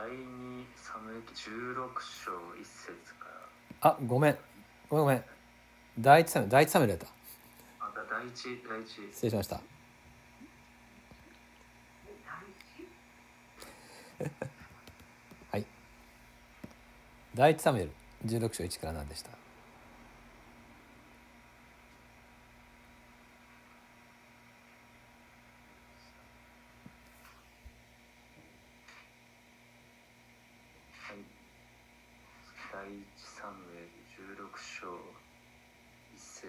第2サムエル記16章1節から。あ、ごめん。第一サムエルだった。 第一失礼しました。はい。第一サムエル16章1から何でした？ 第一サムエル16章1節。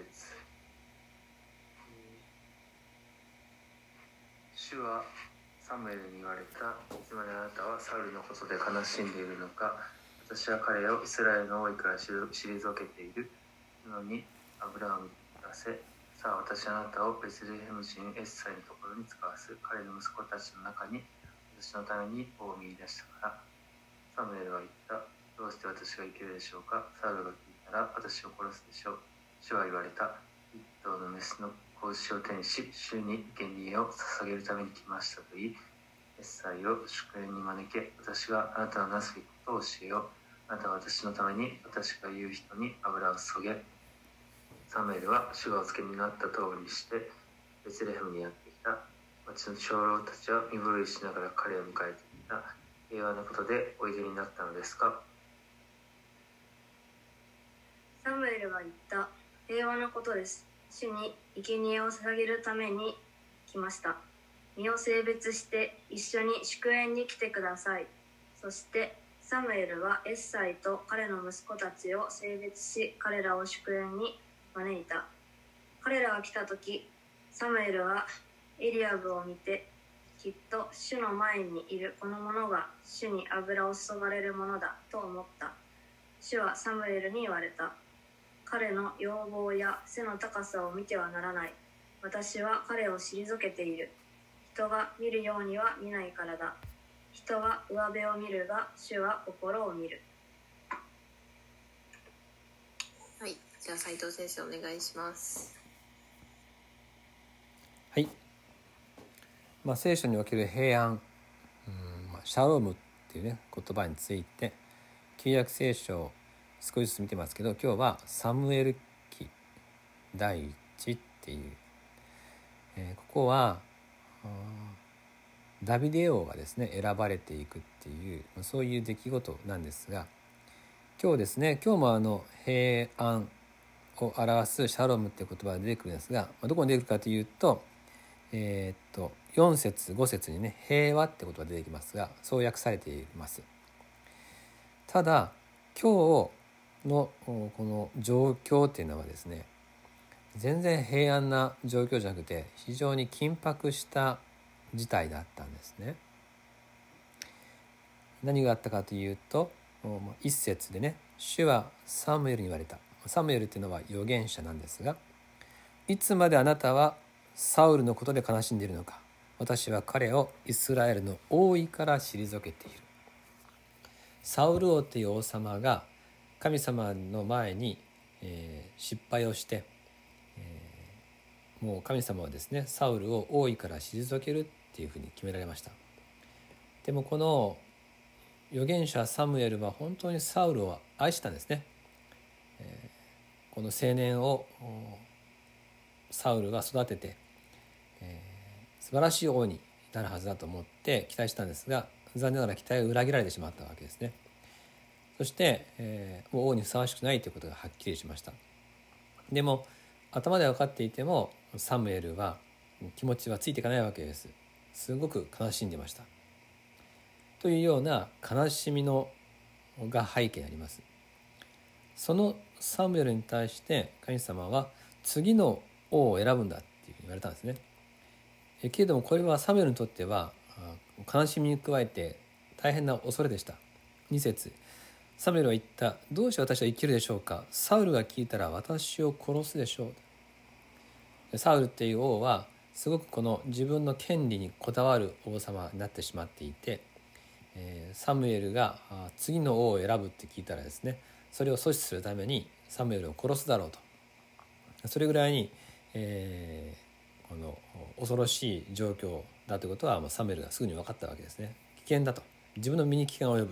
主はサムエルに言われた。いつまであなたはサウルのことで悲しんでいるのか。私は彼をイスラエルの王位から退けているのに油を満たせ。さあ、私はあなたをベツレヘム人エッサイのところに使わす。彼の息子たちの中に私のために王を見出したから。サムエルは言った。どうして私が生きるでしょうか。サウルが聞いたら私を殺すでしょう。主は言われた。一頭のメスの子牛を手にし、主に生贄を捧げるために来ましたと言い、エッサイを祝宴に招け、私があなたのなすべきことを教えよう。あなたは私のために私が言う人に油を注げ。サムエルは主がお付けになった通りにしてベツレヘムにやってきた。町の長老たちは身震いしながら彼を迎えていた。平和なことでおいでになったのですか。 サムエルは言った。平和なことです。主に生贄を捧げるために来ました。身を性別して一緒に祝宴に来てください。そしてサムエルはエッサイと彼の息子たちを性別し、彼らを祝宴に招いた。彼らが来たとき、サムエルはエリアブを見て、きっと主の前にいるこの者が主に油を注がれるものだと思った。主はサムエルに言われた。彼の容貌や背の高さを見てはならない。私は彼を退けている。人が見るようには見ないからだ。人は上辺を見るが、主は心を見る。 はい、じゃあ斉藤先生お願いします。 はい。聖書における平安、シャロームっていうね言葉について旧約聖書を少しずつ見てますけど、今日はサムエル記第1っていう、ここはダビデ王がですね選ばれていくっていうそういう出来事なんですが、今日も平安を表すシャロームっていう言葉が出てくるんですが、どこに出てくるかというと、4節5節にね平和ってことが出てきますが、そう訳されています。ただ今日のこの状況っていうのはですね、全然平安な状況じゃなくて非常に緊迫した事態だったんですね。何があったかというと、一節でね、主はサムエルに言われた。サムエルっていうのは預言者なんですが、いつまであなたはサウルのことで悲しんでいるのか。私は彼をイスラエルの王位から退けている。サウル王という王様が神様の前に、失敗をして、もう神様はですねサウルを王位から退けるっていうふうに決められました。でもこの預言者サムエルは本当にサウルを愛したんですね。この青年をサウルが育てて、素晴らしい王になるはずだと思って期待したんですが、残念ながら期待を裏切られてしまったわけですね。そして、もう王にふさわしくないということがはっきりしました。でも頭で分かっていてもサムエルは気持ちはついていかないわけです。すごく悲しんでいました。というような悲しみが背景にあります。そのサムエルに対して神様は次の王を選ぶんだっていうふうに言われたんですね。けれどもこれはサムエルにとっては悲しみに加えて大変な恐れでした。2節、サムエルは言った。どうして私は生きるでしょうか。サウルが聞いたら私を殺すでしょう。サウルっていう王はすごくこの自分の権利にこだわる王様になってしまっていて、サムエルが次の王を選ぶって聞いたらですね、それを阻止するためにサムエルを殺すだろうと、それぐらいに、この恐ろしい状況だということはサムエルがすぐに分かったわけですね。危険だと、 自分の身に危険が及ぶ、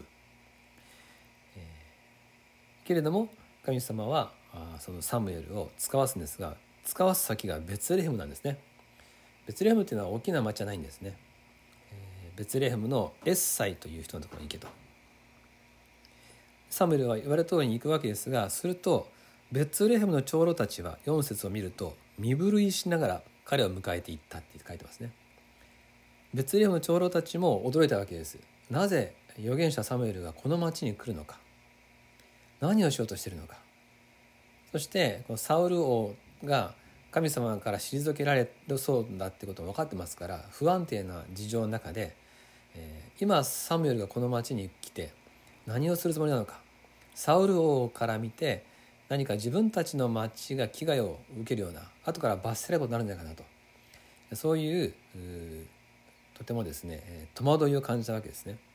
けれども神様はそのサムエルを使わすんですが、使わす先がベツレヘムなんですね。ベツレヘムというのは大きな町じゃないんですね。ベツレヘムのエッサイという人のところに行けと。サムエルは言われた通りに行くわけですが、するとベツレヘムの長老たちは4節を見ると身震いしながら彼を迎えていったって書いてますね。ベツレヘムの長老たちも驚いたわけです。なぜ預言者サムエルがこの町に来るのか、何をしようとしているのか。そしてこのサウル王が神様から退けられるそうだってことも分かってますから、不安定な事情の中で、今サムエルがこの町に来て何をするつもりなのか、サウル王から見て何か自分たちの町が危害を受けるような、後から罰せられることになるんじゃないかなと、そういうとてもですね戸惑いを感じたわけですね。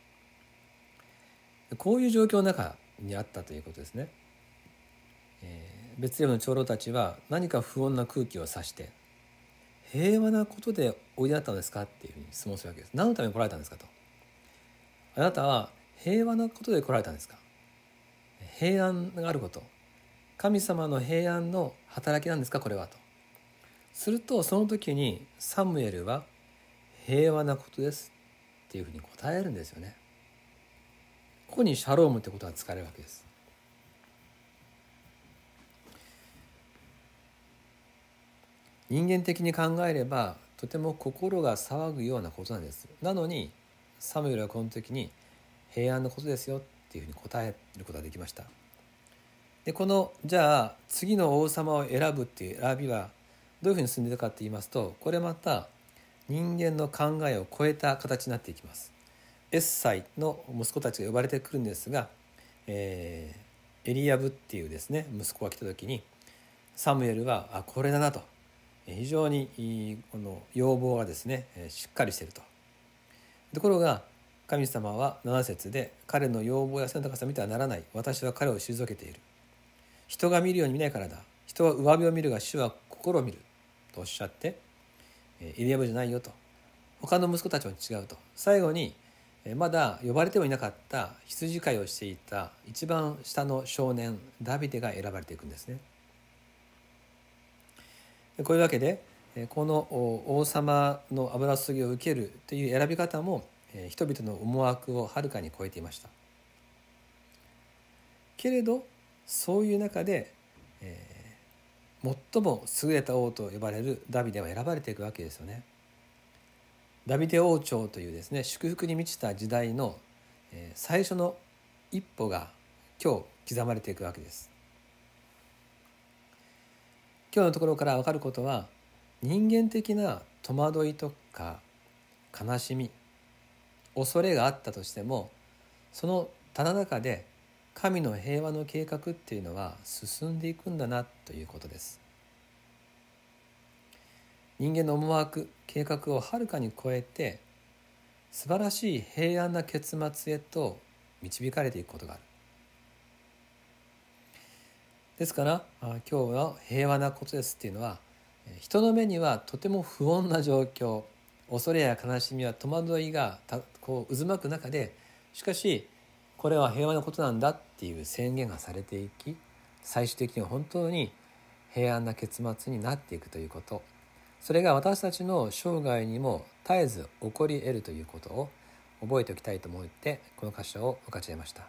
こういう状況の中にあったということですね。ベツレヘムの長老たちは何か不穏な空気を察して、平和なことでおいでになったのですかっていうふうに質問するわけです。何のために来られたんですかと。あなたは平和なことで来られたんですか。平安があること、神様の平安の働きなんですかこれはと。するとその時にサムエルは平和なことですっていうふうに答えるんですよね。ここにシャロームってことが使われるわけです。人間的に考えればとても心が騒ぐようなことなんです。なのにサムエルはこの時に平安のことですよっていうふうに答えることができました。でこのじゃあ次の王様を選ぶっていう選びはどういうふうに進んでいるかって言いますと、これまた人間の考えを超えた形になっていきます。エッサイの息子たちが呼ばれてくるんですが、エリアブっていうですね息子が来た時にサムエルはこれだなと、非常にこの要望がですねしっかりしていると。ところが神様は7節で、彼の要望や背の高さを見てはならない、私は彼を退けている。人が見るように見ないからだ。人は上辺を見るが主は心を見るとおっしゃって、エリアブじゃないよと、他の息子たちも違うと。最後にまだ呼ばれてもいなかった羊飼いをしていた一番下の少年ダビデが選ばれていくんですね。こういうわけでこの王様の油注ぎを受けるという選び方も人々の思惑をはるかに超えていました。けれどそういう中で、最も優れた王と呼ばれるダビデは選ばれていくわけですよね。ダビデ王朝というですね祝福に満ちた時代の最初の一歩が今日刻まれていくわけです。今日のところから分かることは、人間的な戸惑いとか悲しみ、恐れがあったとしても、そのただ中で神の平和の計画っていうのは進んでいくんだなということです。人間の思惑、計画をはるかに超えて素晴らしい平安な結末へと導かれていくことがある。ですから今日は平和なことですっていうのは、人の目にはとても不穏な状況、恐れや悲しみや戸惑いがこう渦巻く中で、しかしこれは平和なことなんだっていう宣言がされていき、最終的には本当に平安な結末になっていくということ、それが私たちの生涯にも絶えず起こり得るということを覚えておきたいと思ってこの箇所を分かち合いました。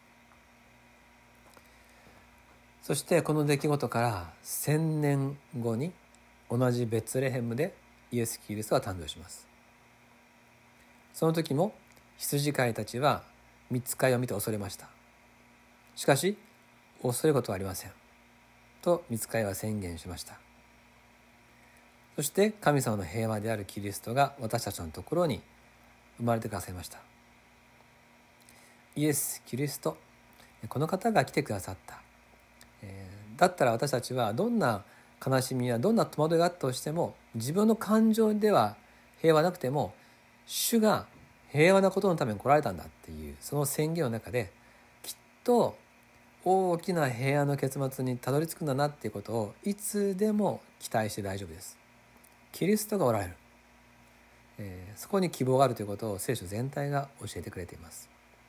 そしてこの出来事から1000年後に同じベツレヘムでイエス・キリストは誕生します。その時も羊飼いたちは御使いを見て恐れました。しかし恐れることはありませんと御使いは宣言しました。そして神様の平和であるキリストが私たちのところに生まれてくださいました。イエス・キリスト、この方が来てくださった。だったら私たちはどんな悲しみやどんな戸惑いがあったとしても、自分の感情では平和なくても主が平和なことのために来られたんだっていうその宣言の中で、きっと大きな平安の結末にたどり着くんだなっていうことをいつでも期待して大丈夫です。キリストがおられる。 そこに希望があるということを聖書全体が教えてくれています。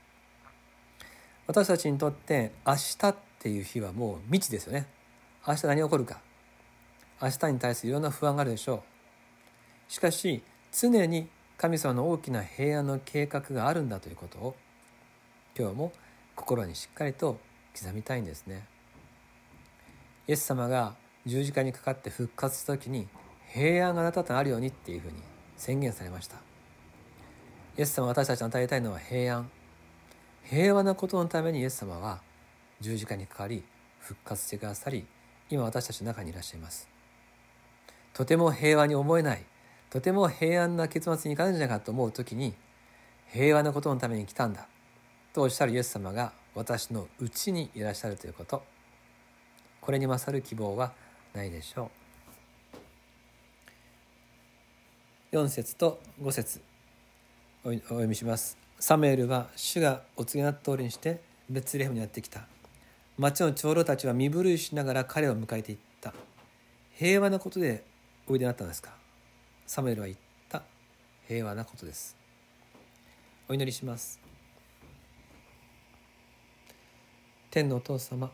私たちにとって明日っていう日はもう未知ですよね。明日何が起こるか、明日に対するいろんな不安があるでしょう。しかし常に神様の大きな平安の計画があるんだということを今日も心にしっかりと刻みたいんですね。イエス様が十字架にかかって復活した時に平安があなたとあるようにっていうふうに宣言されました。イエス様が私たちに与えたいのは平安、平和なことのためにイエス様は十字架にかかり復活してくださり、今私たちの中にいらっしゃいます。とても平和に思えない、とても平安な結末にいかないんじゃないかと思う時に、平和なことのために来たんだとおっしゃるイエス様が私のうちにいらっしゃるということ、これに勝る希望はないでしょう。4節と5節お読みします。サムエルは主がお告げになった通りにしてベツレヘムにやってきた。町の長老たちは身震いしながら彼を迎えていった。平和なことでおいでになったんですか。サムエルは言った。平和なことです。お祈りします。天のお父様、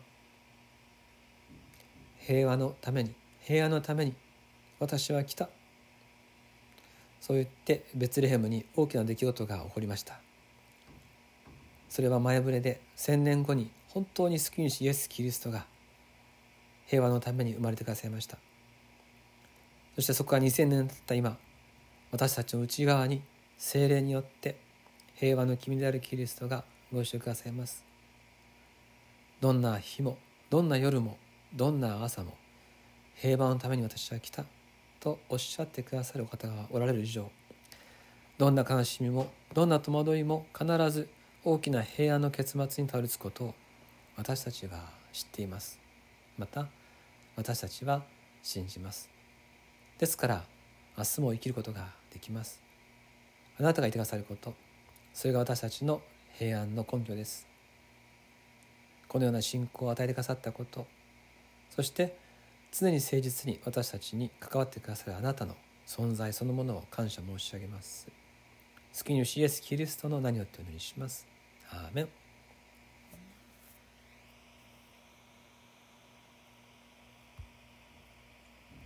平和のために、平安のために私は来た。そう言ってベツレヘムに大きな出来事が起こりました。それは前触れで1000年後に本当に救い主イエス・キリストが平和のために生まれてくださいました。そしてそこから2000年経った今、私たちの内側に聖霊によって平和の君であるキリストがご一緒くださいます。どんな日もどんな夜もどんな朝も平和のために私は来たとおっしゃってくださる方がおられる以上、どんな悲しみもどんな戸惑いも必ず大きな平安の結末にたどり着くことを私たちは知っています。また私たちは信じます。ですから明日も生きることができます。あなたがいてくださること、それが私たちの平安の根拠です。このような信仰を与えてくださったこと、そして常に誠実に私たちに関わってくださるあなたの存在そのものを感謝申し上げます。救い主イエス・キリストの名によってお祈りします。アーメン。